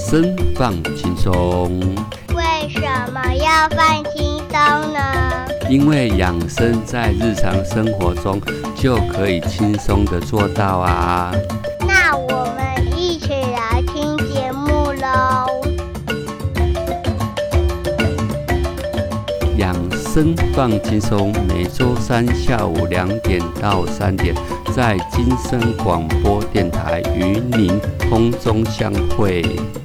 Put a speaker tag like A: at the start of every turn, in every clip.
A: 生放轻松。
B: 为什么要放轻松呢？
A: 因为养生在日常生活中就可以轻松的做到啊。
B: 那我们一起来听节目喽。
A: 养生放轻松，每周三下午2点到3点，在金声广播电台与您空中相会。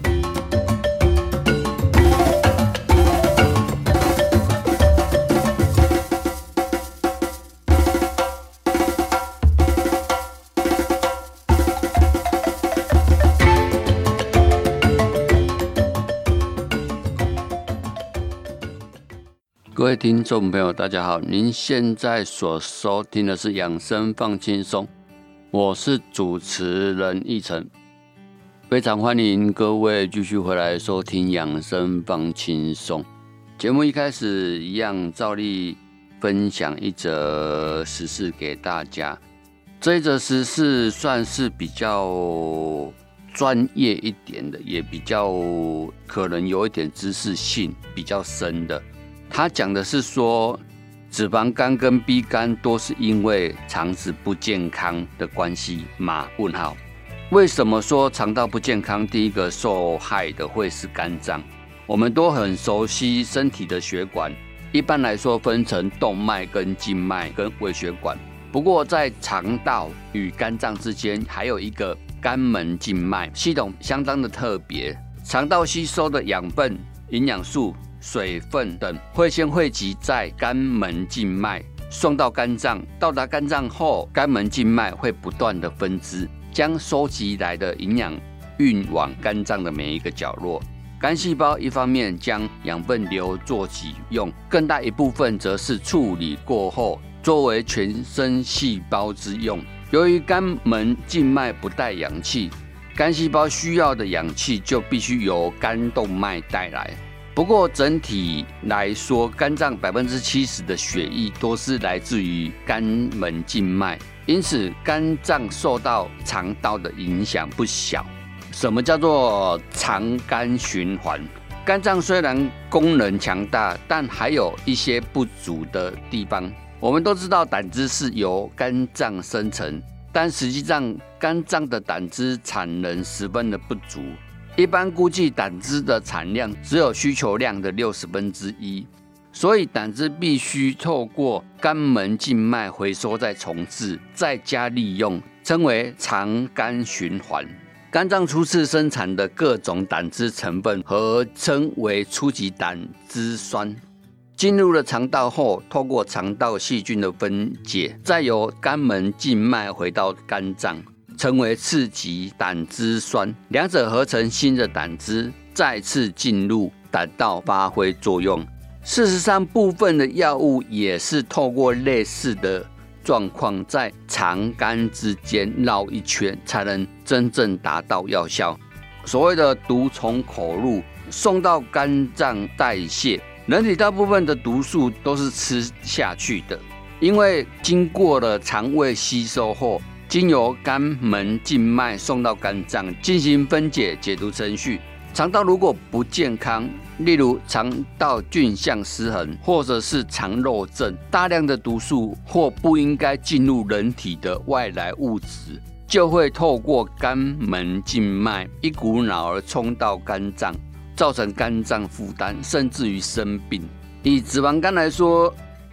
A: 各位听众朋友大家好，您现在所收听的是养生放轻松，我是主持人奕晨，非常欢迎各位继续回来收听养生放轻松。节目一开始一样照例分享一则时事给大家，这一则时事算是比较专业一点的，也比较可能有一点知识性比较深的。他讲的是说，脂肪肝跟 B 肝都是因为肠子不健康的关系吗？问号。为什么说肠道不健康？第一个受害的会是肝脏。我们都很熟悉身体的血管，一般来说分成动脉、跟静脉、跟微血管。不过在肠道与肝脏之间，还有一个肝门静脉系统，相当的特别。肠道吸收的养分、营养素、水分等会先汇集在肝门静脉，送到肝脏。到达肝脏后，肝门静脉会不断的分支，将收集来的营养运往肝脏的每一个角落。肝细胞一方面将养分留作己用，更大一部分则是处理过后作为全身细胞之用。由于肝门静脉不带氧气，肝细胞需要的氧气就必须由肝动脉带来。不过整体来说，肝脏70%的血液都是来自于肝门静脉，因此肝脏受到肠道的影响不小。什么叫做肠肝循环？肝脏虽然功能强大，但还有一些不足的地方。我们都知道胆汁是由肝脏生成，但实际上肝脏的胆汁产能十分的不足。一般估计胆汁的产量只有需求量的1/60，所以胆汁必须透过肝门静脉回收再重置，再加利用，称为肠肝循环。肝脏初次生产的各种胆汁成分合称为初级胆汁酸，进入了肠道后，透过肠道细菌的分解，再由肝门静脉回到肝脏，成为次级胆汁酸，两者合成新的胆汁，再次进入胆道发挥作用。事实上，部分的药物也是透过类似的状况，在肠肝之间绕一圈，才能真正达到药效。所谓的毒从口入，送到肝脏代谢。人体大部分的毒素都是吃下去的，因为经过了肠胃吸收后，经由肝门静脉送到肝脏进行分解解毒程序。肠道如果不健康，例如肠道菌相失衡，或者是肠漏症，大量的毒素或不应该进入人体的外来物质，就会透过肝门静脉一股脑儿冲到肝脏，造成肝脏负担，甚至于生病。以脂肪肝来说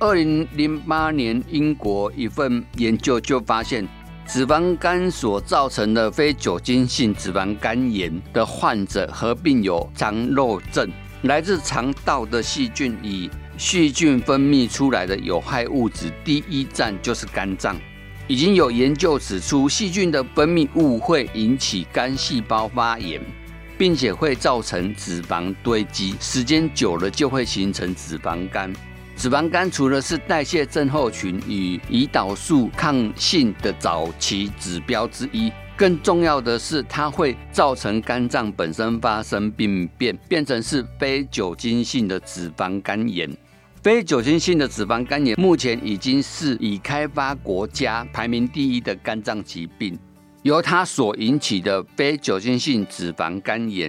A: ，2008年英国一份研究就发现，脂肪肝所造成的非酒精性脂肪肝炎的患者合并有肠漏症，来自肠道的细菌与细菌分泌出来的有害物质，第一站就是肝脏。已经有研究指出，细菌的分泌物会引起肝细胞发炎，并且会造成脂肪堆积，时间久了就会形成脂肪肝。脂肪肝除了是代谢症候群与胰岛素抗性的早期指标之一，更重要的是它会造成肝脏本身发生病变，变成是非酒精性的脂肪肝炎。非酒精性的脂肪肝炎目前已经是已开发国家排名第1的肝脏疾病，由它所引起的非酒精性脂肪肝炎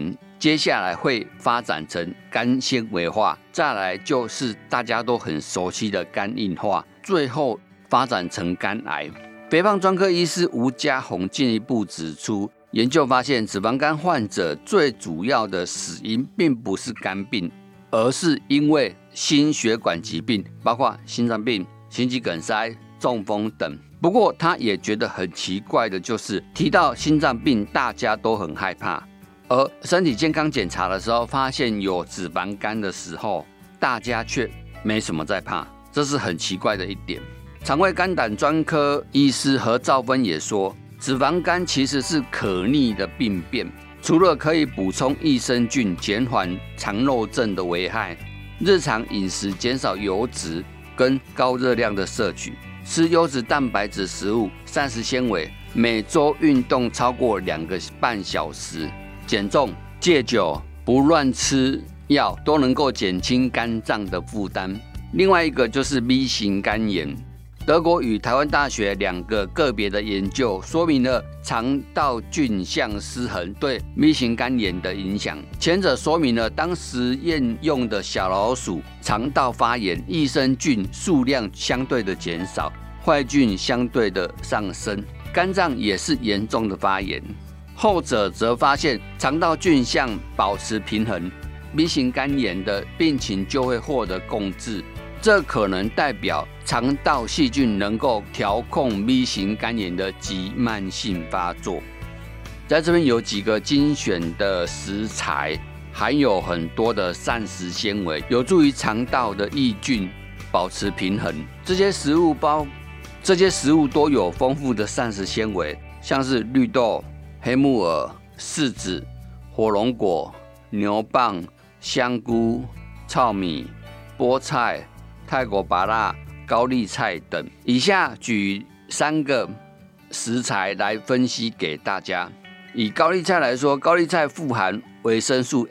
A: 接下来会发展成肝纤维化，再来就是大家都很熟悉的肝硬化，最后发展成肝癌。肥胖专科医师吴家宏进一步指出，研究发现脂肪肝患者最主要的死因并不是肝病，而是因为心血管疾病，包括心脏病、心肌梗塞、中风等。不过他也觉得很奇怪的就是提到心脏病大家都很害怕，而身体健康检查的时候发现有脂肪肝的时候，大家却没什么在怕，这是很奇怪的一点。肠胃肝胆专科医师何兆芬也说，脂肪肝其实是可逆的病变，除了可以补充益生菌，减缓肠漏症的危害，日常饮食减少油脂跟高热量的摄取，吃优质蛋白质食物、膳食纤维，每周运动超过2个半小时，减重、戒酒、不乱吃药，都能够减轻肝脏的负担。另外一个就是 B 型肝炎。德国与台湾大学2个个别的研究说明了肠道菌相失衡对 B 型肝炎的影响。前者说明了当实验用的小老鼠肠道发炎，益生菌数量相对的减少，坏菌相对的上升，肝脏也是严重的发炎。后者则发现肠道菌相保持平衡， B 型肝炎的病情就会获得控制。这可能代表肠道细菌能够调控 B 型肝炎的急慢性发作。在这边有几个精选的食材，含有很多的膳食纤维，有助于肠道的益菌保持平衡。这些食物都有丰富的膳食纤维，像是绿豆、黑木耳、柿子、火龙果、牛蒡、香菇、糙米、菠菜、泰国芭乐、高丽菜等。以下举3个食材来分析给大家。以高丽菜来说，高丽菜富含维生素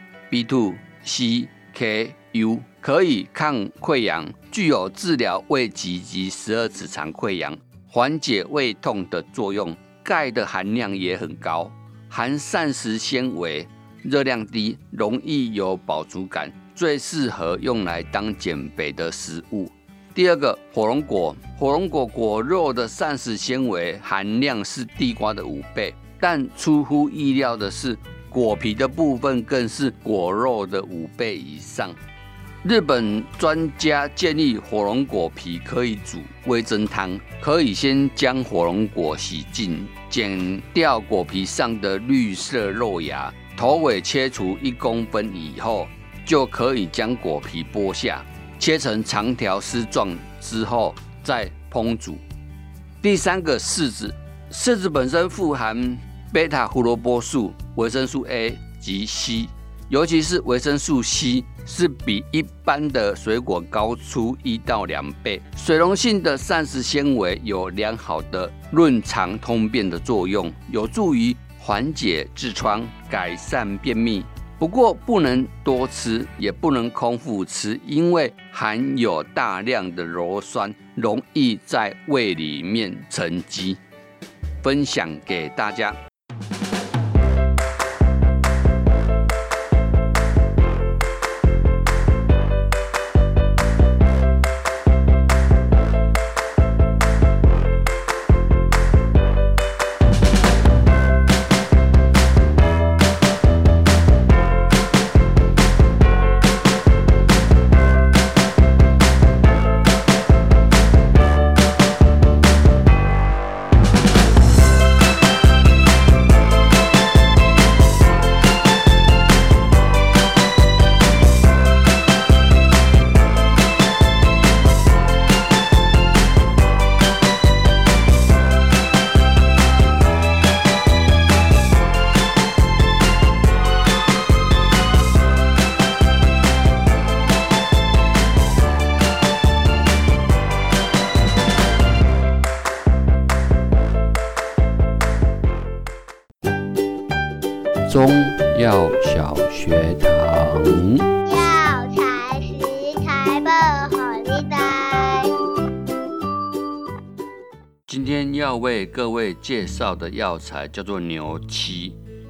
A: A、B2、C、K、U， 可以抗溃疡，具有治疗胃疾及12指肠溃疡、缓解胃痛的作用。钙的含量也很高，含膳食纤维，热量低，容易有饱足感，最适合用来当减肥的食物。第2个，火龙果。火龙果果肉的膳食纤维含量是地瓜的5倍，但出乎意料的是，果皮的部分更是果肉的5倍以上。日本专家建议火龙果皮可以煮味噌汤，可以先将火龙果洗净，剪掉果皮上的绿色肉芽，头尾切除1公分以后，就可以将果皮剥下，切成长条丝状之后再烹煮。第3个，柿子。柿子本身富含贝塔胡萝卜素、维生素 A 及 C， 尤其是维生素 C 是比一般的水果高出1到2倍。水溶性的膳食纤维有良好的润肠通便的作用，有助于缓解痔疮、改善便秘。不过不能多吃，也不能空腹吃，因为含有大量的鞣酸，容易在胃里面沉积。分享给大家。中药小学堂，
B: 药材食材不好你带。
A: 今天要为各位介绍的药材叫做牛膝。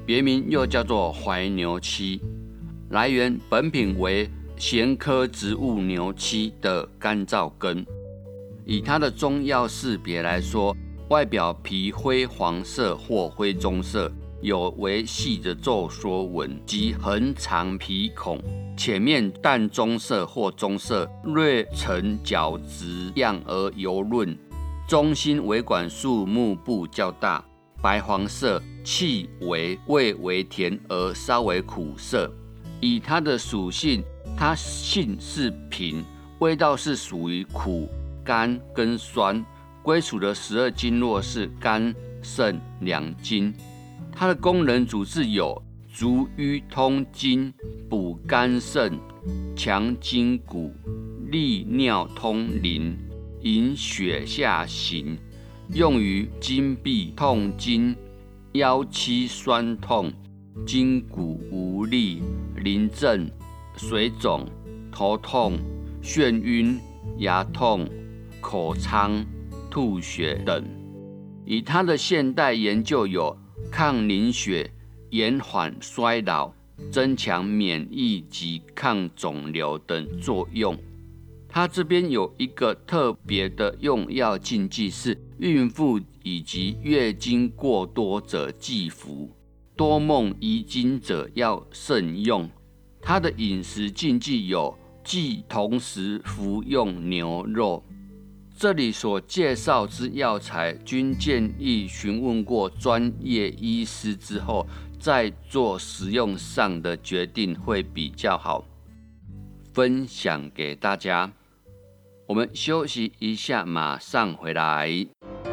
A: 别名又叫做怀牛漆。来源本品为苋科植物牛漆的干燥根。以它的中药识别来说，外表皮灰黄色或灰棕色，有微细的皱缩纹及横长皮孔，前面淡棕色或棕色，略呈角质样而油润，中心维管束幕部较大，白黄色，气味为甜而稍微苦涩。以它的属性，它性是平，味道是属于苦、甘跟酸，归属的12经络是肝、肾两经。它的功能主治有逐瘀通经、补肝肾、强筋骨、利尿通淋、引血下行，用于筋痹痛经、腰膝酸痛、筋骨无力、淋症、水肿、头痛、眩晕、牙痛、口疮、吐血等。以它的现代研究有抗凝血、延缓衰老、增强免疫及抗肿瘤等作用。它这边有一个特别的用药禁忌，是孕妇以及月经过多者忌服，多梦遗精者要慎用。它的饮食禁忌有忌同时服用牛肉。这里所介绍之药材，均建议询问过专业医师之后，再做食用上的决定会比较好。分享给大家。我们休息一下，马上回来。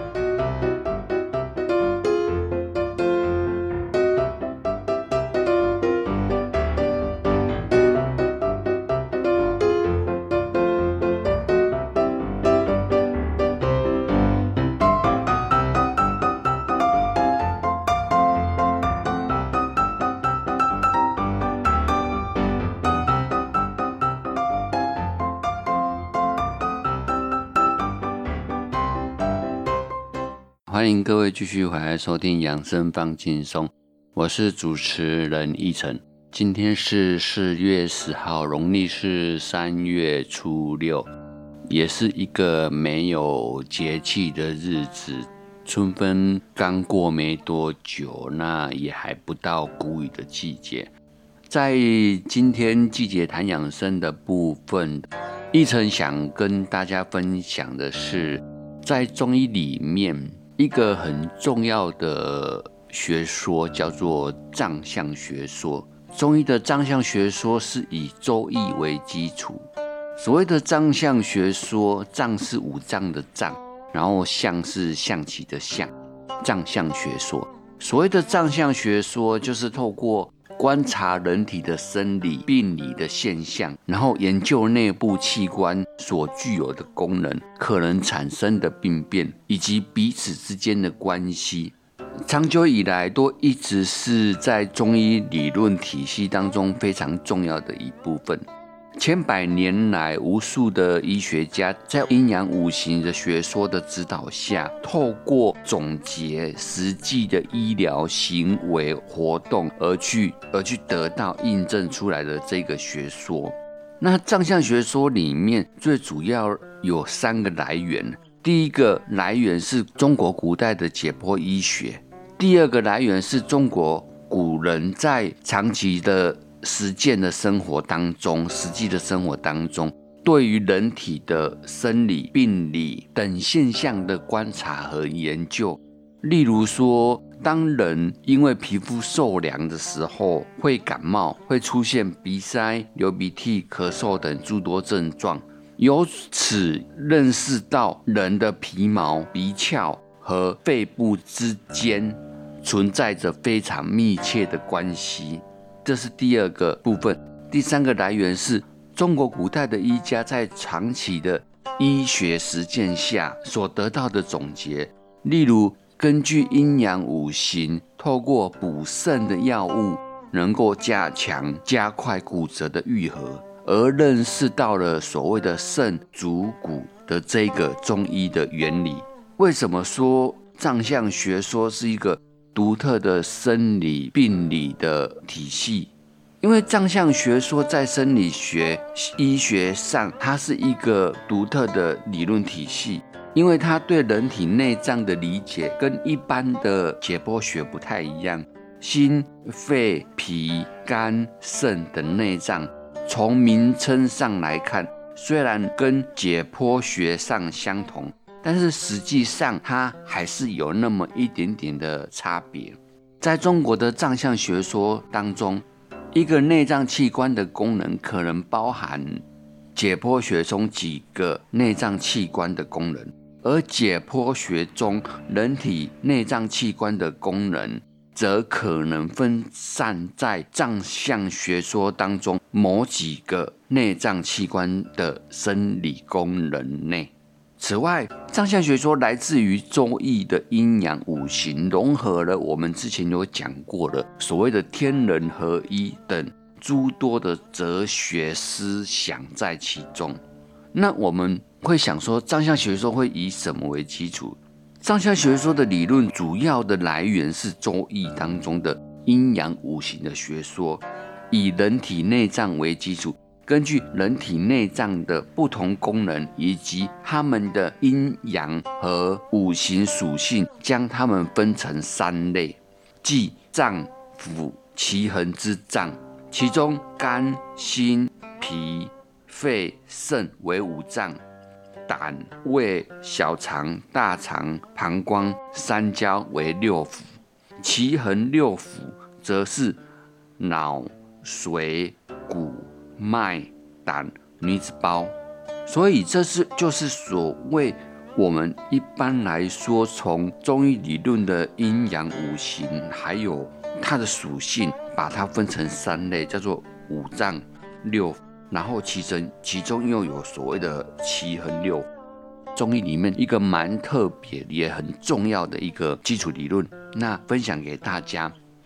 A: 欢迎各位继续回来收听养生放轻松，我是主持人奕晨。今天是4月10号，农历是3月初6，也是一个没有节气的日子。春分刚过没多久，那也还不到谷雨的季节。在今天季节谈养生的部分，奕晨想跟大家分享的是，在中医里面一个很重要的学说叫做脏象学说。中医的脏象学说是以周易为基础。所谓的脏象学说，脏是五脏的脏，然后象是象棋的象，脏象学说。所谓的脏象学说，就是透过观察人体的生理、病理的现象，然后研究内部器官所具有的功能、可能产生的病变，以及彼此之间的关系。长久以来都一直是在中医理论体系当中非常重要的一部分。千百年来，无数的医学家在阴阳五行的学说的指导下，透过总结实际的医疗行为活动而去得到印证出来的这个学说。那脏象学说里面最主要有3个来源。第一个来源是中国古代的解剖医学，第二个来源是中国古人在长期的实际的生活当中，对于人体的生理、病理等现象的观察和研究。例如说，当人因为皮肤受凉的时候，会感冒，会出现鼻塞、流鼻涕、咳嗽等诸多症状，由此认识到人的皮毛、鼻窍和肺部之间存在着非常密切的关系。这是第二个部分。第3个来源是中国古代的医家在长期的医学实践下所得到的总结。例如，根据阴阳五行，透过补肾的药物，能够加快骨折的愈合，而认识到了所谓的肾主骨的这个中医的原理。为什么说脏象学说是一个独特的生理病理的体系。因为藏象学说在生理学、医学上，它是一个独特的理论体系，因为它对人体内脏的理解跟一般的解剖学不太一样。心、肺、脾、肝、肾等内脏，从名称上来看，虽然跟解剖学上相同，但是实际上它还是有那么一点点的差别。在中国的藏象学说当中，一个内脏器官的功能可能包含解剖学中几个内脏器官的功能，而解剖学中人体内脏器官的功能则可能分散在藏象学说当中某几个内脏器官的生理功能内。此外，藏象学说来自于周易的阴阳五行，融合了我们之前有讲过的所谓的天人合一等诸多的哲学思想在其中。那我们会想说，藏象学说会以什么为基础？藏象学说的理论主要的来源是周易当中的阴阳五行的学说，以人体内脏为基础，根据人体内脏的不同功能以及它们的阴阳和五行属性，将它们分成3类，即脏腑其恒之脏，其中肝、心、脾、肺、肾为5脏，胆、胃、小肠、大肠、膀胱、三焦为6腑，其恒6腑则是脑、髓、骨、脉、胆、女子胞。所以这就是所谓我们一般来说从中医理论的阴阳五行还有它的属性，把它分成3类，叫做5脏6腑，然后其中又有所谓的其恒6腑。中医里面一个蛮特别也很重要的一个基础理论，那分享给大家。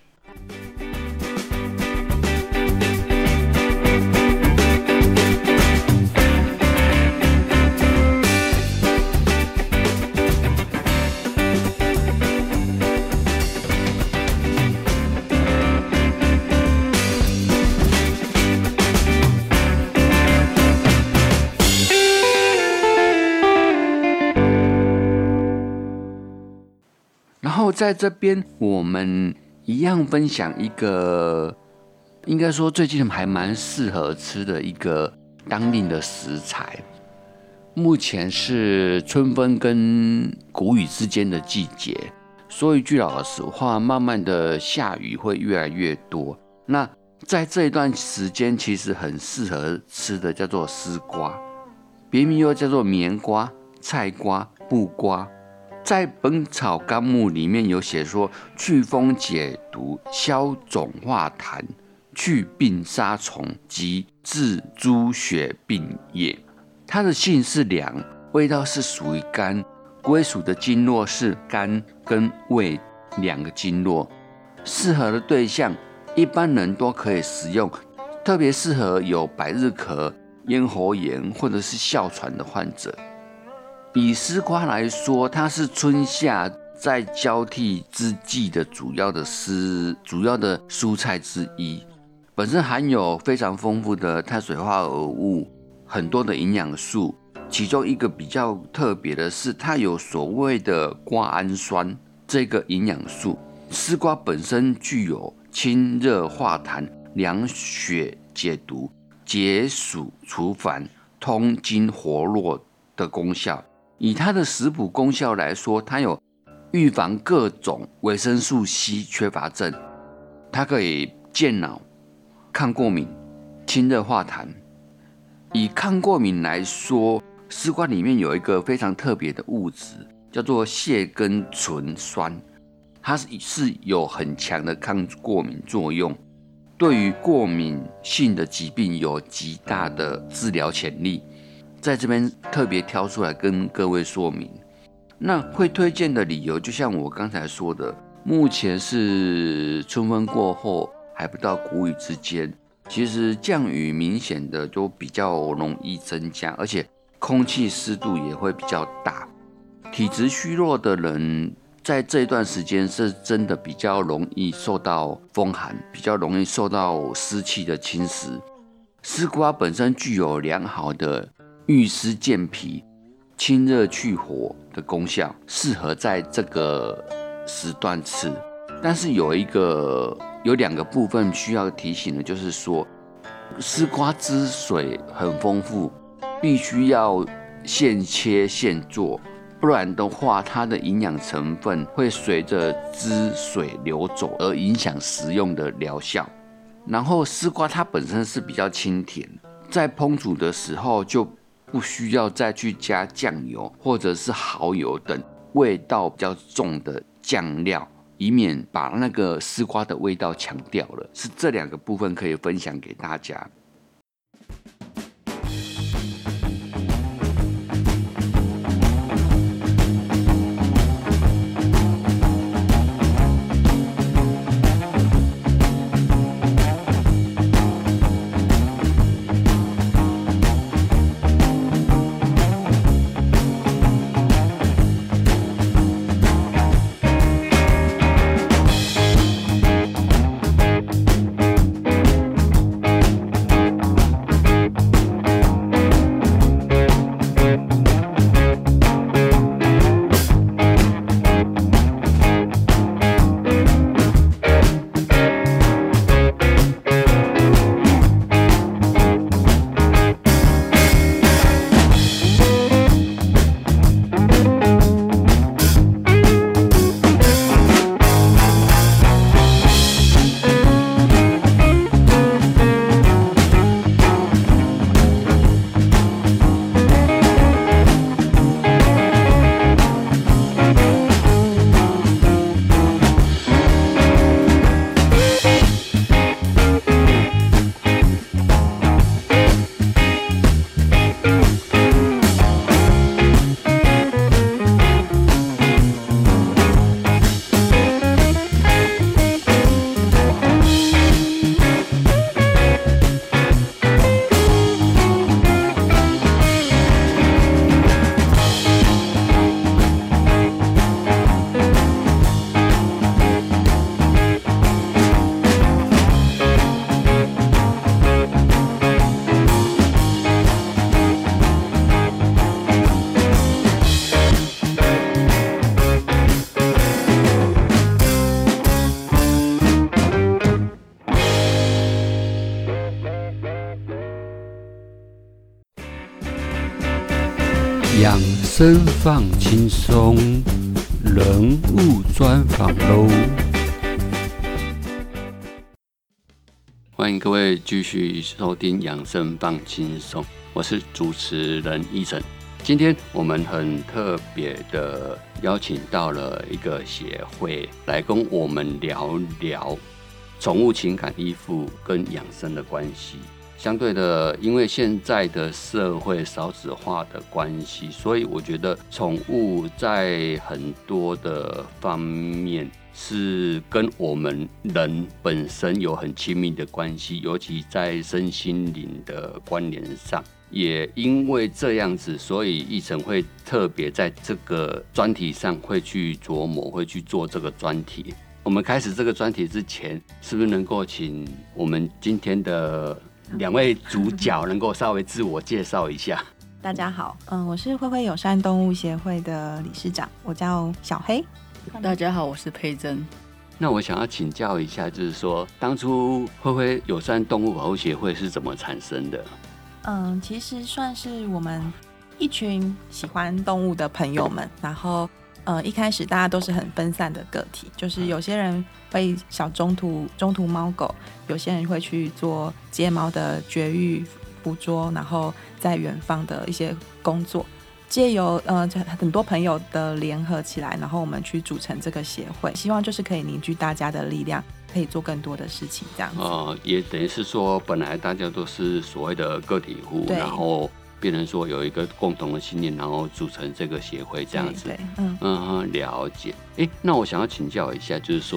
A: 然后在这边我们一样分享一个应该说最近还蛮适合吃的一个当令的食材。目前是春分跟谷雨之间的季节，说一句老实话，慢慢的下雨会越来越多。那在这一段时间其实很适合吃的叫做丝瓜，别名又叫做棉瓜、菜瓜、木瓜。在《本草纲目》里面有写说，祛风解毒、消肿化痰、去病杀虫及治诸血病也。它的性是凉，味道是属于甘，归属的经络是肝跟胃2个经络。适合的对象一般人都可以食用，特别适合有百日咳、咽喉炎或者是哮喘的患者。以丝瓜来说，它是春夏在交替之际的主要的蔬菜之一，本身含有非常丰富的碳水化合物，很多的营养素。其中一个比较特别的是，它有所谓的瓜氨酸这个营养素。丝瓜本身具有清热化痰、凉血解毒、解暑除烦、通经活络的功效。以它的食补功效来说，它有预防各种维生素 C 缺乏症，它可以健脑、抗过敏、清热化痰。以抗过敏来说，丝瓜里面有一个非常特别的物质，叫做蟹根醇酸，它是有很强的抗过敏作用，对于过敏性的疾病有极大的治疗潜力。在这边特别挑出来跟各位说明。那会推荐的理由，就像我刚才说的，目前是春分过后，还不到谷雨之间，其实降雨明显的都比较容易增加，而且空气湿度也会比较大。体质虚弱的人在这一段时间是真的比较容易受到风寒，比较容易受到湿气的侵蚀。丝瓜本身具有良好的祛湿健脾、清热去火的功效，适合在这个时段吃。但是有2个部分需要提醒的，就是说丝瓜汁水很丰富，必须要现切现做，不然的话它的营养成分会随着汁水流走而影响食用的疗效。然后丝瓜它本身是比较清甜，在烹煮的时候就不需要再去加酱油或者是蚝油等味道比较重的酱料，以免把那个丝瓜的味道强掉了。是这2个部分可以分享给大家。
C: 养生放轻松，人物专访喽。
A: 欢迎各位继续收听养生放轻松，我是主持人奕晨。今天我们很特别的邀请到了一个协会来跟我们聊聊宠物情感依附跟养生的关系。相对的，因为现在的社会少子化的关系，所以我觉得宠物在很多的方面是跟我们人本身有很亲密的关系，尤其在身心灵的关联上。也因为这样子，所以奕晨会特别在这个专题上会去琢磨，会去做这个专题。我们开始这个专题之前，是不是能够请我们今天的2位主角能够稍微自我介绍一下？
D: 大家好，我是灰灰友善动物协会的理事长，我叫小黑。
E: 大家好，我是佩珍。
A: 那我想要请教一下，就是说当初灰灰友善动物保护协会是怎么产生的？
D: 其实算是我们一群喜欢动物的朋友们，然后一开始大家都是很分散的个体，就是有些人会小中途猫狗，有些人会去做街猫的绝育捕捉，然后在远方的一些工作，借由很多朋友的联合起来，然后我们去组成这个协会，希望就是可以凝聚大家的力量，可以做更多的事情这样子。
A: 也等于是说本来大家都是所谓的个体户，然后变成说有一个共同的信念，然后组成这个协会这样子。
D: 对，
A: 了解。那我想要请教一下，就是说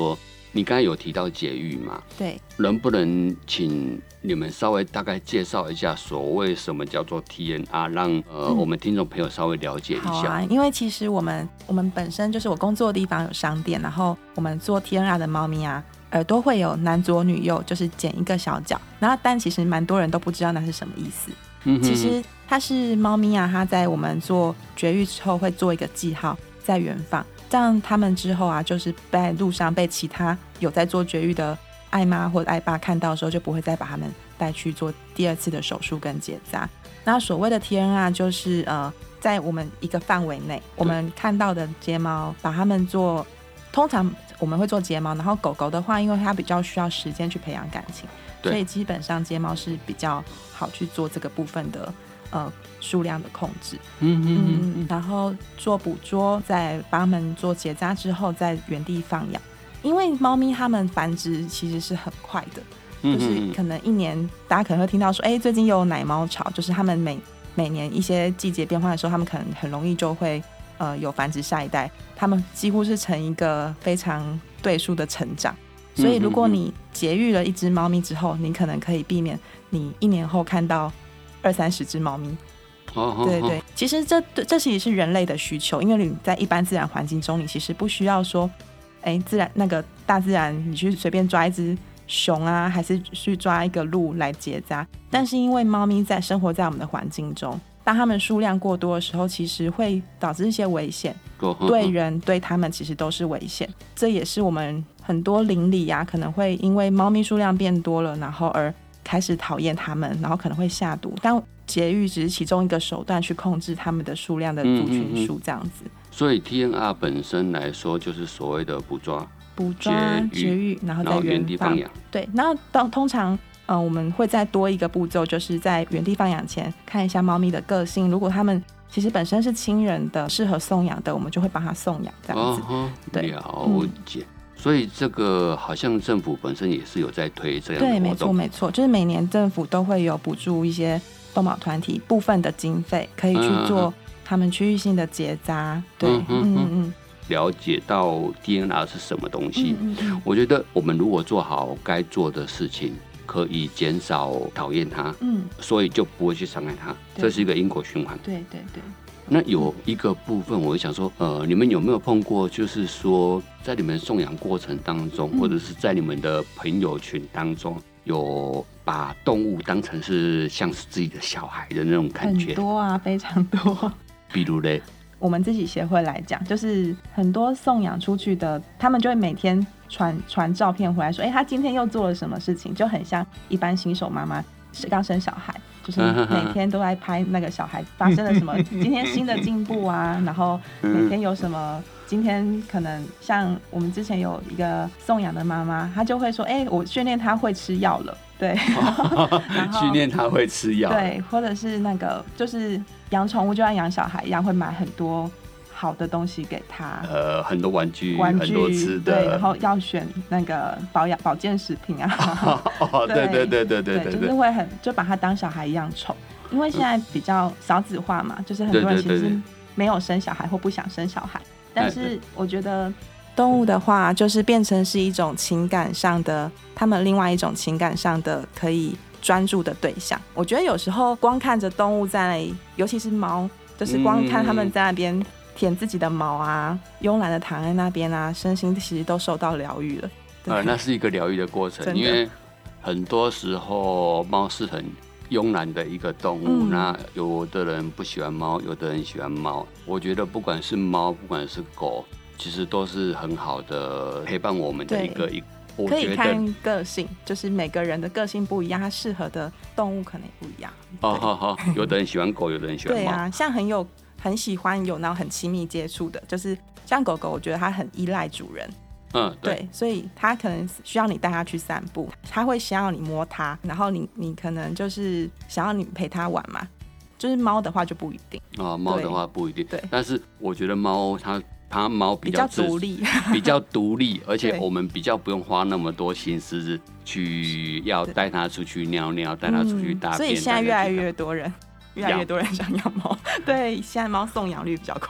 A: 你刚才有提到节育嘛？
D: 对，
A: 能不能请你们稍微大概介绍一下所谓什么叫做 TNR， 让我们听众朋友稍微了解一下。
D: 好啊，因为其实我们本身就是我工作的地方有商店，然后我们做 TNR 的猫咪啊，耳朵会有男左女右，就是剪一个小角，然后但其实蛮多人都不知道那是什么意思。其实它是猫咪啊，它在我们做绝育之后会做一个记号在原放，这样他们之后啊，就是在路上被其他有在做绝育的爱妈或者爱爸看到的时候，就不会再把他们带去做第二次的手术跟结扎。那所谓的 TNR 就是在我们一个范围内，我们看到的睫毛，把它们做，通常我们会做睫毛，然后狗狗的话，因为它比较需要时间去培养感情，所以基本上睫毛是比较好去做这个部分的数量的控制。然后做捕捉，再帮他们做结扎之后，在原地放养。因为猫咪它们繁殖其实是很快的，就是可能一年大家可能会听到说，最近又有奶猫潮，就是他们每年一些季节变化的时候，他们可能很容易就会有繁殖下一代，他们几乎是成一个非常对数的成长。所以如果你节育了一只猫咪之后，你可能可以避免你1年后看到20-30只猫咪。对对，其实这其实是人类的需求，因为你在一般自然环境中，你其实不需要说自然那个大自然你去随便抓一只熊啊，还是去抓一个鹿来结扎，但是因为猫咪在生活在我们的环境中，当它们数量过多的时候，其实会导致一些危险，对人对它们其实都是危险。这也是我们很多邻里啊，可能会因为猫咪数量变多了，然后而开始讨厌它们，然后可能会下毒，但节育只是其中一个手段去控制它们的数量的族群数这样子。
A: 所以 TNR 本身来说，就是所谓的捕抓、
D: 绝育，然后在
A: 原地放养。
D: 对，然后通常我们会再多一个步骤，就是在原地放养前看一下猫咪的个性，如果它们其实本身是亲人的，适合送养的，我们就会帮它送养这样子。对，
A: 了解。所以这个好像政府本身也是有在推这样的活动。
D: 对，没错，就是每年政府都会有补助一些动保团体部分的经费，可以去做他们区域性的结扎。对，
A: 了解到 TNR 是什么东西。我觉得我们如果做好该做的事情，可以减少讨厌它，所以就不会去伤害它，这是一个因果循环。
D: 对。
A: 那有一个部分，我想说，你们有没有碰过，就是说，在你们送养过程当中，或者是在你们的朋友群当中，有把动物当成是像是自己的小孩的那种感觉？
D: 很多啊，非常多。
A: 比如嘞，
D: 我们自己协会来讲，就是很多送养出去的，他们就会每天传照片回来说，他今天又做了什么事情，就很像一般新手妈妈刚生小孩，就是每天都在拍那个小孩发生了什么，今天新的进步啊，然后每天有什么，今天可能像我们之前有一个送养的妈妈，她就会说，我训练她会吃药了，对，
A: 训练她会吃药，
D: 对，或者是那个就是养宠物就像养小孩一样，会买很多好的东西给他，
A: 很多玩具很多吃的，
D: 对，然后要选那个保健食品啊，对，就是会就把他当小孩一样宠，因为现在比较少子化嘛，就是很多人其实没有生小孩或不想生小孩，但是我觉得动物的话，就是变成是一种情感上的，他们另外一种情感上的可以专注的对象。我觉得有时候光看着动物在，尤其是猫，就是光看他们在那边舔自己的毛啊，慵懒的躺在那边啊，身心其实都受到疗愈了。
A: 那是一个疗愈的过程，因为很多时候猫是很慵懒的一个动物，那有的人不喜欢猫，有的人喜欢猫。我觉得不管是猫，不管是狗，其实都是很好的陪伴我们的一个。
D: 可以看个性，就是每个人的个性不一样，它适合的动物可能也不一样。
A: 好，有的人喜欢狗，有的人喜欢猫。
D: 对啊，像很喜欢有那种很亲密接触的，就是像狗狗，我觉得它很依赖主人。对，所以它可能需要你带它去散步，它会想要你摸它，然后你可能就是想要你陪它玩嘛。就是猫的话就不一定。
A: 猫的话不一定。
D: 对，
A: 但是我觉得猫它猫比较
D: 独立，
A: 比较独立，而且我们比较不用花那么多心思去要带它出去尿尿，带它出去大便。
D: 所以现在越来越多人想养猫。对，现在猫送养率比较快。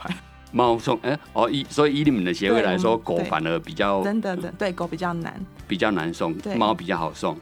A: 猫送所以以你们的协会来说，狗
D: 对
A: 反而比较
D: 真的对狗比较难送，
A: 送，猫比较好送。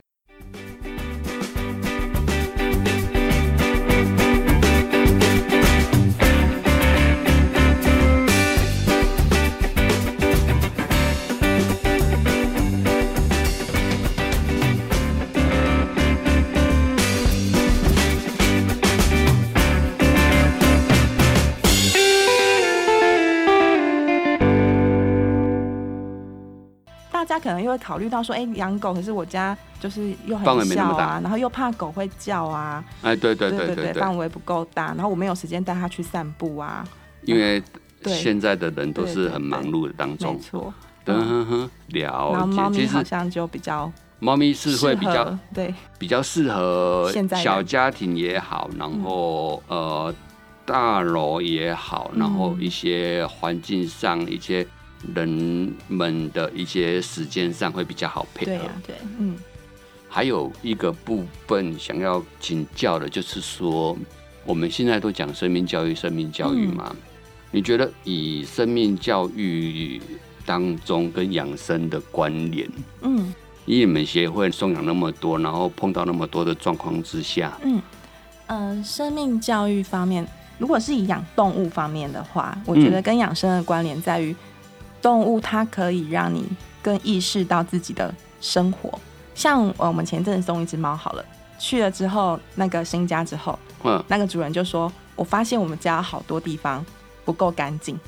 D: 大家可能又会考虑到说，养狗可是我家就是又
A: 范围
D: 很小
A: 没那么大
D: 啊，然后又怕狗会叫啊，
A: 对，
D: 范围不够大，然后我没有时间带它去散步啊，
A: 因为
D: 对
A: 现在的人都是很忙碌的当中
D: 没。错。
A: 了
D: 然后
A: 解，
D: 猫咪
A: 其实
D: 好像就比较
A: 猫咪是会比较
D: 适合对
A: 比较适合
D: 现在人
A: 小家庭也好，然后大楼也好，然后一些环境上一些人们的一些时间上会比较好配合。
D: 对啊，对，
A: 还有一个部分想要请教的，就是说我们现在都讲生命教育嘛，你觉得以生命教育当中跟养生的关联，以你们协会送养那么多，然后碰到那么多的状况之下，
D: 生命教育方面，如果是以养动物方面的话，我觉得跟养生的关联在于，动物它可以让你更意识到自己的生活。像我们前阵子送一只猫好了，去了之后，那个新家之后，那个主人就说：“我发现我们家好多地方不够干净。”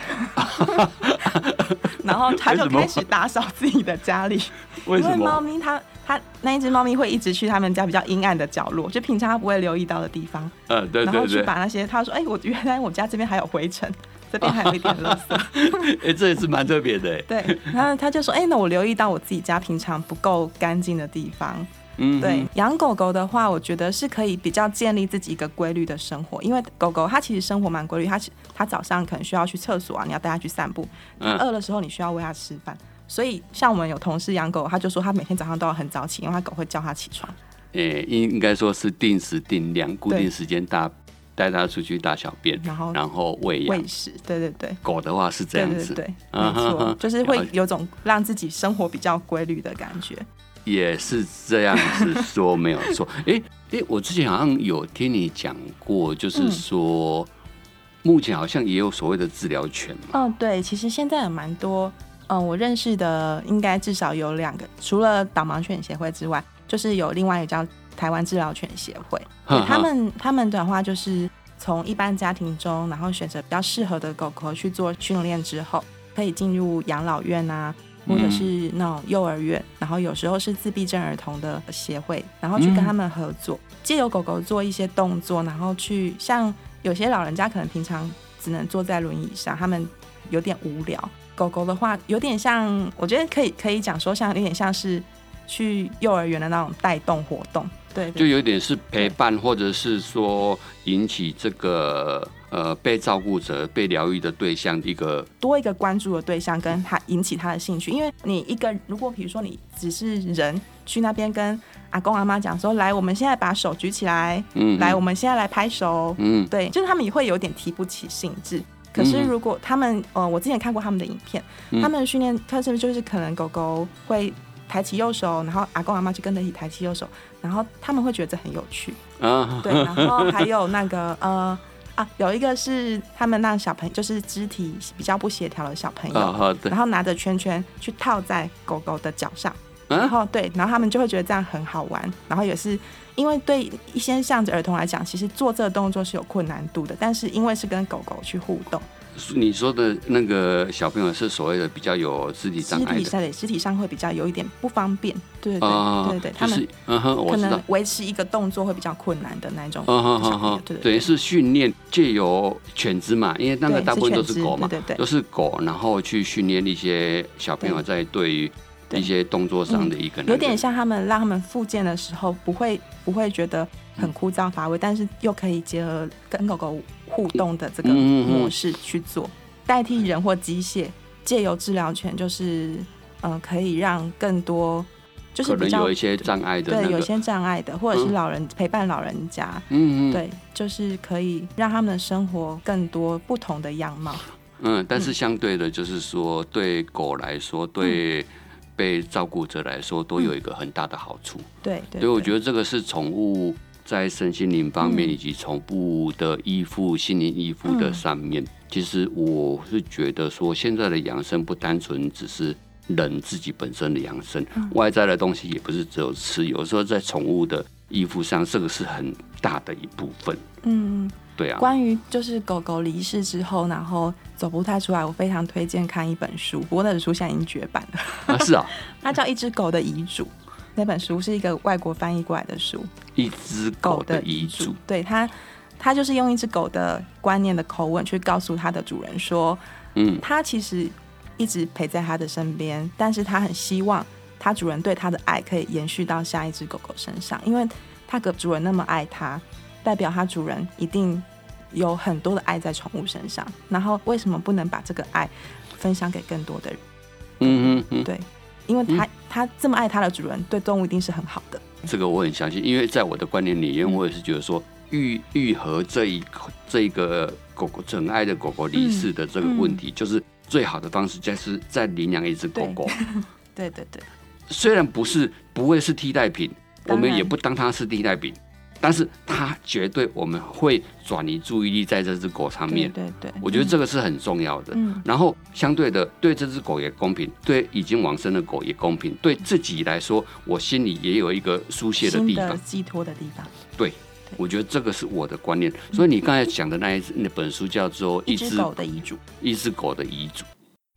D: 然后他就开始打扫自己的家里。
A: 为什么？
D: 因为猫咪它那一只猫咪会一直去他们家比较阴暗的角落，就平常它不会留意到的地方。
A: 对，
D: 然后去把那些他说：“原来我家这边还有灰尘，这边还有一点垃圾。”
A: 这也是蛮特别的。
D: 对，然后他就说：“那我留意到我自己家平常不够干净的地方。”对，养狗狗的话，我觉得是可以比较建立自己一个规律的生活，因为狗狗它其实生活蛮规律，它早上可能需要去厕所啊，你要带它去散步，它饿的时候你需要喂它吃饭，所以像我们有同事养狗，他就说他每天早上都要很早起，因为他狗会叫他起床。
A: 应该说是定时定量，固定时间带它出去大小便，然后喂
D: 食。对，
A: 狗的话是这样子，
D: 对，没错，就是会有种让自己生活比较规律的感觉。
A: 也是这样子说没有错。我之前好像有听你讲过，就是说，目前好像也有所谓的治疗犬嘛。
D: 对，其实现在有蛮多，我认识的应该至少有2个，除了导盲犬协会之外，就是有另外一个叫台湾治疗犬协会。他们的话就是从一般家庭中，然后选择比较适合的狗狗去做训练之后，可以进入养老院啊。或者是那种幼儿园，然后有时候是自闭症儿童的协会，然后去跟他们合作，借由狗狗做一些动作，然后去像有些老人家可能平常只能坐在轮椅上，他们有点无聊。狗狗的话，有点像，我觉得可以讲说，像有点像是去幼儿园的那种带动活动，对，
A: 就有点是陪伴，或者是说引起这个。被照顾者、被疗愈的对象，
D: 多一个关注的对象，跟他引起他的兴趣。因为你如果比如说你只是人去那边跟阿公阿妈讲说，来，我们现在把手举起来，来，我们现在来拍手，对，就是他们也会有点提不起兴致。可是如果他们，我之前看过他们的影片，他们的训练特质就是可能狗狗会抬起右手，然后阿公阿妈就跟着一起抬起右手，然后他们会觉得这很有趣，对，然后还有那个有一个是他们让小朋友，就是肢体比较不协调的小朋友，然后拿着圈圈去套在狗狗的脚上，然后他们就会觉得这样很好玩。然后也是因为对一些像儿童来讲，其实做这个动作是有困难度的，但是因为是跟狗狗去互动。
A: 你说的那个小朋友是所谓的比较有肢体障碍的，
D: 肢体上会比较有一点不方便，对，他们可能维持一个动作会比较困难的那种小朋友，
A: 等于是训练借由犬只嘛，因为那个大部分都是狗嘛，都是狗，然后去训练一些小朋友在对于一些动作上的一个，
D: 有点像他们让他们复健的时候不会觉得很枯燥乏味，但是又可以结合跟狗狗互动的这个模式去做，代替人或机械，借由治疗犬就是可以让更多就是比较
A: 可能有一些障碍的，
D: 对，有一些障碍的，或者是陪伴老人家，对，就是可以让他们的生活更多不同的样貌。
A: 但是相对的，就是说对狗来说，对被照顾者来说，都有一个很大的好处。
D: 对，
A: 所以我觉得这个是宠物在身心灵方面，以及宠物的依附、心灵依附的上面，其实我是觉得说，现在的养生不单纯只是人自己本身的养生，外在的东西也不是只有吃，有时候在宠物的依附上，这个是很大的一部分。对啊。
D: 关于就是狗狗离世之后，然后走不太出来，我非常推荐看一本书，不过那本书现在已经绝版了。
A: 是啊。
D: 它叫《一只狗的遗嘱》，那本书是一个外国翻译过来的书。
A: 一只狗的遗嘱。
D: 对，它就是用一只狗的观念的口吻去告诉它的主人说，它其实一直陪在它的身边，但是它很希望它主人对它的爱可以延续到下一只狗狗身上，因为它的主人那么爱它，代表它主人一定有很多的爱在宠物身上，然后为什么不能把这个爱分享给更多的人？对，因为它这么爱它的主人，对动物一定是很好的。
A: 这个我很相信，因为在我的观念里面，我也是觉得说，愈合这一个狗狗很爱的狗狗离世的这个问题，就是最好的方式，就是再领养一只狗狗。
D: 对，
A: 虽然不会是替代品，我们也不当它是替代品，但是它绝对我们会转移注意力在这只狗上面。
D: 对，
A: 我觉得这个是很重要的。然后相对的，对这只狗也公平，对已经往生的狗也公平，对自己来说，我心里也有一个疏泄的地方，
D: 新的寄托的地方。
A: 对，我觉得这个是我的观念。所以你刚才讲的那本书叫做《
D: 一只狗的遗嘱》。
A: 一只狗的遗嘱。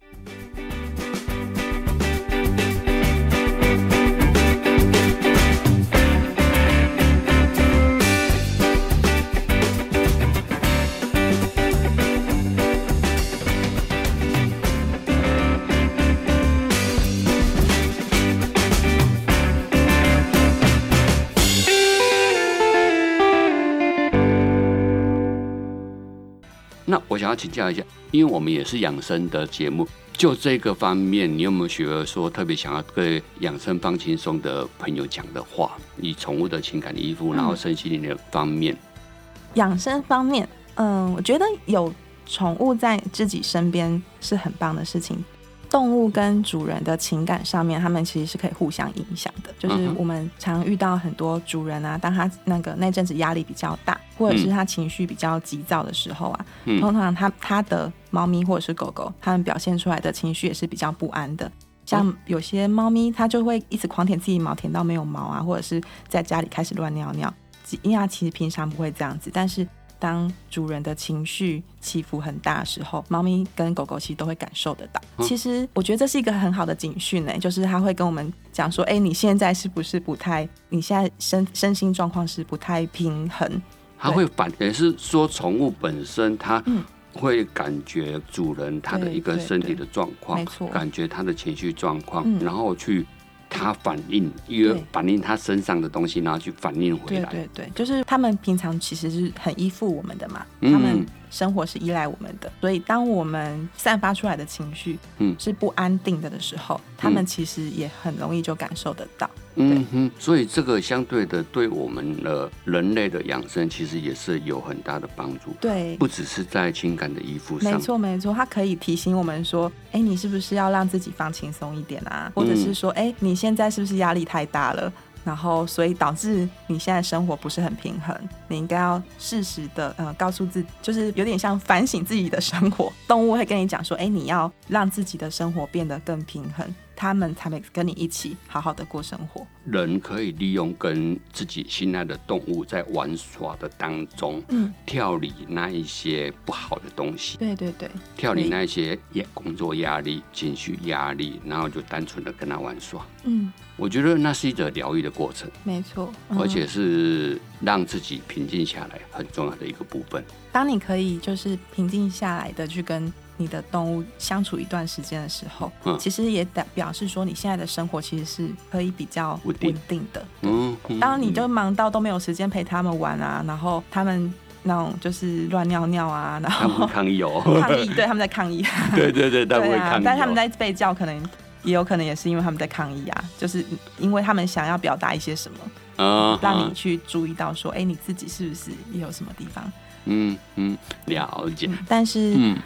A: 那我想要请教一下，因为我们也是养生的节目，就这个方面，你有没有觉得说特别想要对养生放轻松的朋友讲的话？以宠物的情感依附，然后身心灵的方面，
D: 养生方面，我觉得有宠物在自己身边是很棒的事情。动物跟主人的情感上面，他们其实是可以互相影响的。就是我们常遇到很多主人啊，当他那阵子压力比较大，或者是他情绪比较急躁的时候啊，通常他的猫咪或者是狗狗，他们表现出来的情绪也是比较不安的。像有些猫咪，它就会一直狂舔自己毛，舔到没有毛啊，或者是在家里开始乱尿尿，因为它其实平常不会这样子，但是当主人的情绪起伏很大的时候，猫咪跟狗狗其实都会感受得到。其实我觉得这是一个很好的警讯就是它会跟我们讲说，你现在是不是你现在身心状况是不太平衡。
A: 它会也是说宠物本身它会感觉主人他的一个身体的状况，感觉他的情绪状况，然后去他反映他身上的东西，然后去反映回来。
D: 对，就是他们平常其实是很依附我们的嘛，他们生活是依赖我们的，所以当我们散发出来的情绪是不安定的时候，他们其实也很容易就感受得到。
A: 所以这个相对的对我们的人类的养生其实也是有很大的帮助。
D: 对，
A: 不只是在情感的依附上。
D: 没错，它可以提醒我们说，你是不是要让自己放轻松一点啊？或者是说，你现在是不是压力太大了？然后所以导致你现在生活不是很平衡，你应该要适时的告诉自己，就是有点像反省自己的生活。动物会跟你讲说，你要让自己的生活变得更平衡，他们才会跟你一起好好的过生活。
A: 人可以利用跟自己心爱的动物在玩耍的当中，跳离那一些不好的东西。
D: 对，
A: 跳离那一些工作压力、情绪压力，然后就单纯的跟他玩耍。我觉得那是一个疗愈的过程。
D: 没错，
A: 而且是让自己平静下来很重要的一个部分。
D: 当你可以就是平静下来的去跟你的动物相处一段时间的时候，其实也表示说你现在的生活其实是可以比较稳定的。当你就忙到都没有时间陪他们玩啊，然后他们那种就是乱尿尿啊，然后
A: 他们抗议
D: 对，他们在抗议。
A: 对，他们会抗议。
D: 但他们在被叫，可能也有可能也是因为他们在抗议啊，就是因为他们想要表达一些什么，让你去注意到说，你自己是不是也有什么地方？
A: 了解。
D: 但是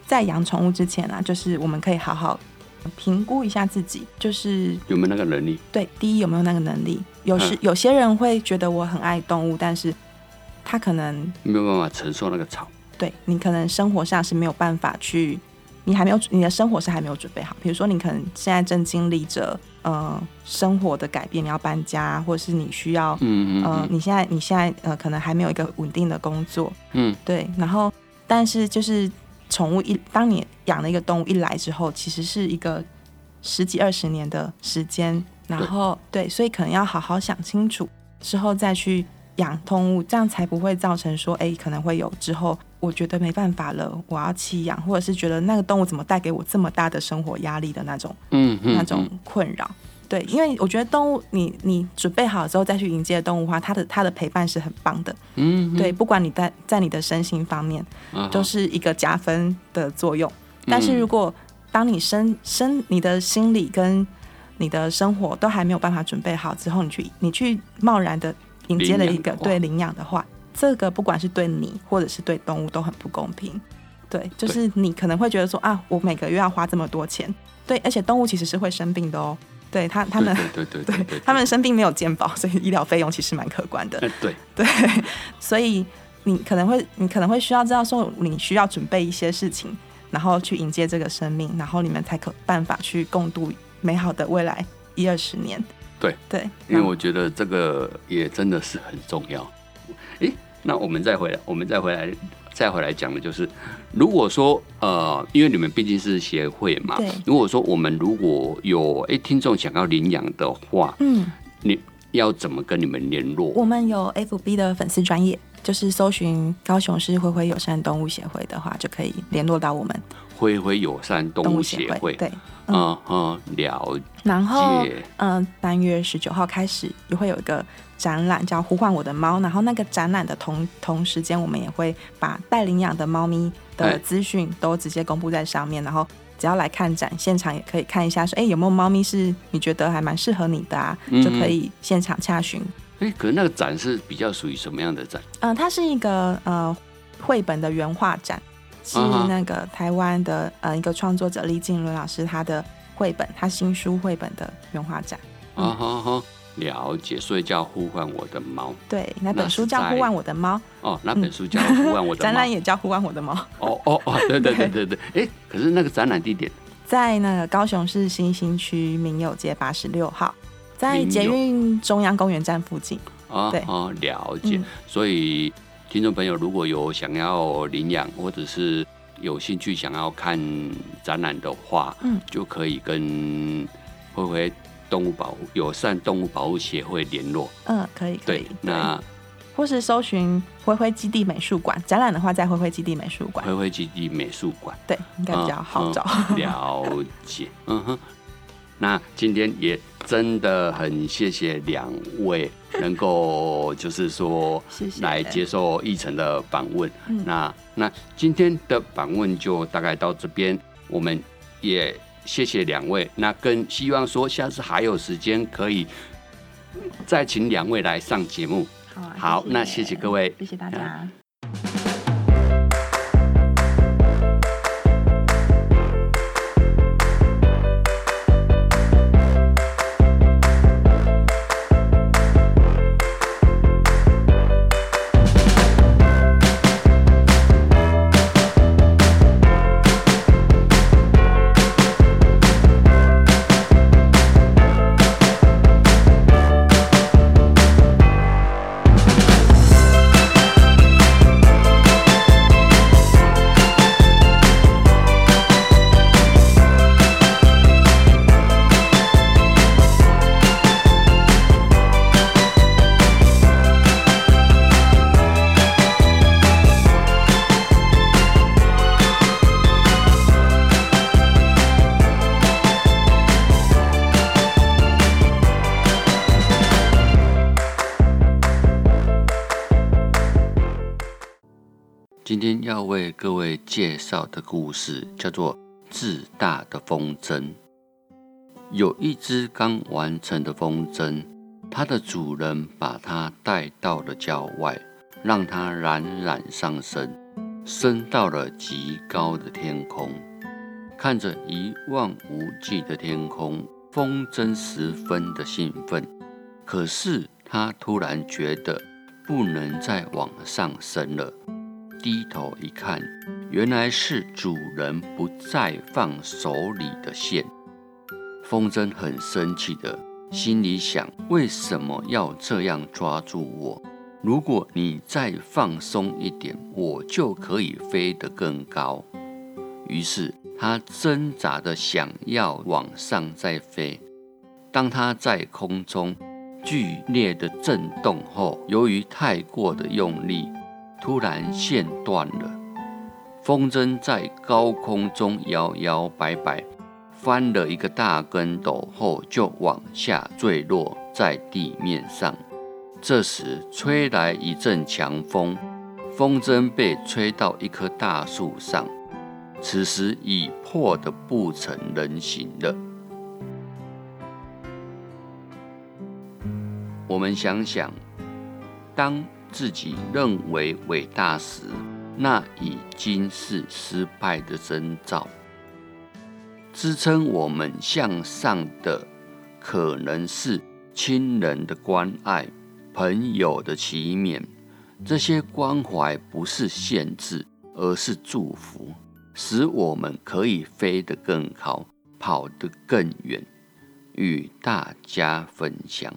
D: 在养宠物之前啊，就是我们可以好好评估一下自己，就是
A: 有没有那个能力？
D: 对，第一有没有那个能力？有些人会觉得我很爱动物，但是他可能
A: 没有办法承受那个吵。
D: 对，你可能生活上是没有办法去，你的生活是还没有准备好。比如说，你可能现在正经历着生活的改变，你要搬家，或者是你需要你现在可能还没有一个稳定的工作，对。然后，但是就是宠物当你养了一个动物一来之后，其实是一个10几20年的时间，然后对，所以可能要好好想清楚之后再去养动物，这样才不会造成说，可能会有之后我觉得没办法了，我要弃养，或者是觉得那个动物怎么带给我这么大的生活压力的那种困扰。对，因为我觉得动物你准备好之后再去迎接动物的话，它的陪伴是很棒的。对，不管你在你的身心方面，都是一个加分的作用。但是如果当你你的心理跟你的生活都还没有办法准备好之后，你去贸然的迎接了一个对领养的话，这个不管是对你或者是对动物都很不公平。对，就是你可能会觉得说啊，我每个月要花这么多钱，对，而且动物其实是会生病的哦。对他们对他们生病没有健保，所以医疗费用其实蛮可观的。对，所以你可能会需要知道说，你需要准备一些事情，然后去迎接这个生命，然后你们才有办法去共度美好的未来10-20年。对，
A: 因为我觉得这个也真的是很重要。那我们再回来讲的就是，如果说因为你们毕竟是协会嘛，如果说我们如果有听众想要领养的话，你要怎么跟你们联络？
D: 我们有 FB 的粉丝专页，就是搜寻高雄市灰灰友善动物协会的话，就可以联络到我们
A: 灰灰友善动物协会。
D: 对，
A: 了解。
D: 然后3月19号开始也会有一个展览叫呼唤我的猫，然后那个展览的同时间，我们也会把带领养的猫咪的资讯都直接公布在上面，然后只要来看展现场也可以看一下说有没有猫咪是你觉得还蛮适合你的啊，就可以现场洽询。
A: 可是那个展是比较属于什么样的展？
D: 它是一个绘本的原画展，是那个台湾的一个创作者李静伦老师他的绘本，他新书绘本的原画展。
A: 了解，所以叫呼唤我的猫。
D: 对，那本书叫呼唤我的猫。
A: 那本书叫呼唤我的猫。
D: 展览也叫呼唤我的猫。
A: 对。可是那个展览地点
D: 在那个高雄市新兴区民友街86号，在捷运中央公园站附近。对，
A: 了解。所以听众朋友如果有想要领养或者是有兴趣想要看展览的话，就可以跟灰灰友善动物保护协会联络。可以。那
D: 或是搜寻灰灰基地美术馆，展览的话在灰灰基地美术馆。
A: 灰灰基地美术馆，
D: 对，应该比较好找。
A: 了解。那今天也真的很谢谢2位能够就是说来接受奕成的访问。那今天的访问就大概到这边，我们也谢谢2位，那更希望说下次还有时间可以再请2位来上节目。好，那谢谢各位，
D: 谢谢大家。
A: 今天要为各位介绍的故事叫做自大的风筝。有一只刚完成的风筝，它的主人把它带到了郊外，让它冉冉上升。 升到了极高的天空。看着一望无际的天空，风筝十分的兴奋。可是他突然觉得不能再往上升了，低头一看，原来是主人不再放手里的线。风筝很生气的心里想，为什么要这样抓住我？如果你再放松一点，我就可以飞得更高。于是他挣扎的想要往上再飞。当他在空中剧烈的震动后，由于太过的用力，突然线断了。风筝在高空中摇摇摆摆，翻了一个大跟斗后就往下坠落在地面上。这时吹来一阵强风，风筝被吹到一棵大树上，此时已破得不成人形了。我们想想，当自己认为伟大时，那已经是失败的征兆。支撑我们向上的，可能是亲人的关爱、朋友的期勉。这些关怀不是限制，而是祝福，使我们可以飞得更高，跑得更远，与大家分享。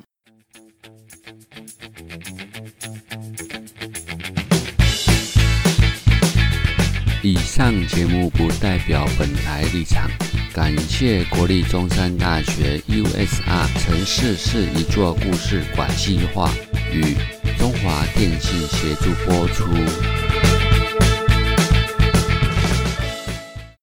C: 以上节目不代表本台立场，感谢国立中山大学 USR 城市是一座故事馆计划与中华电信协助播出。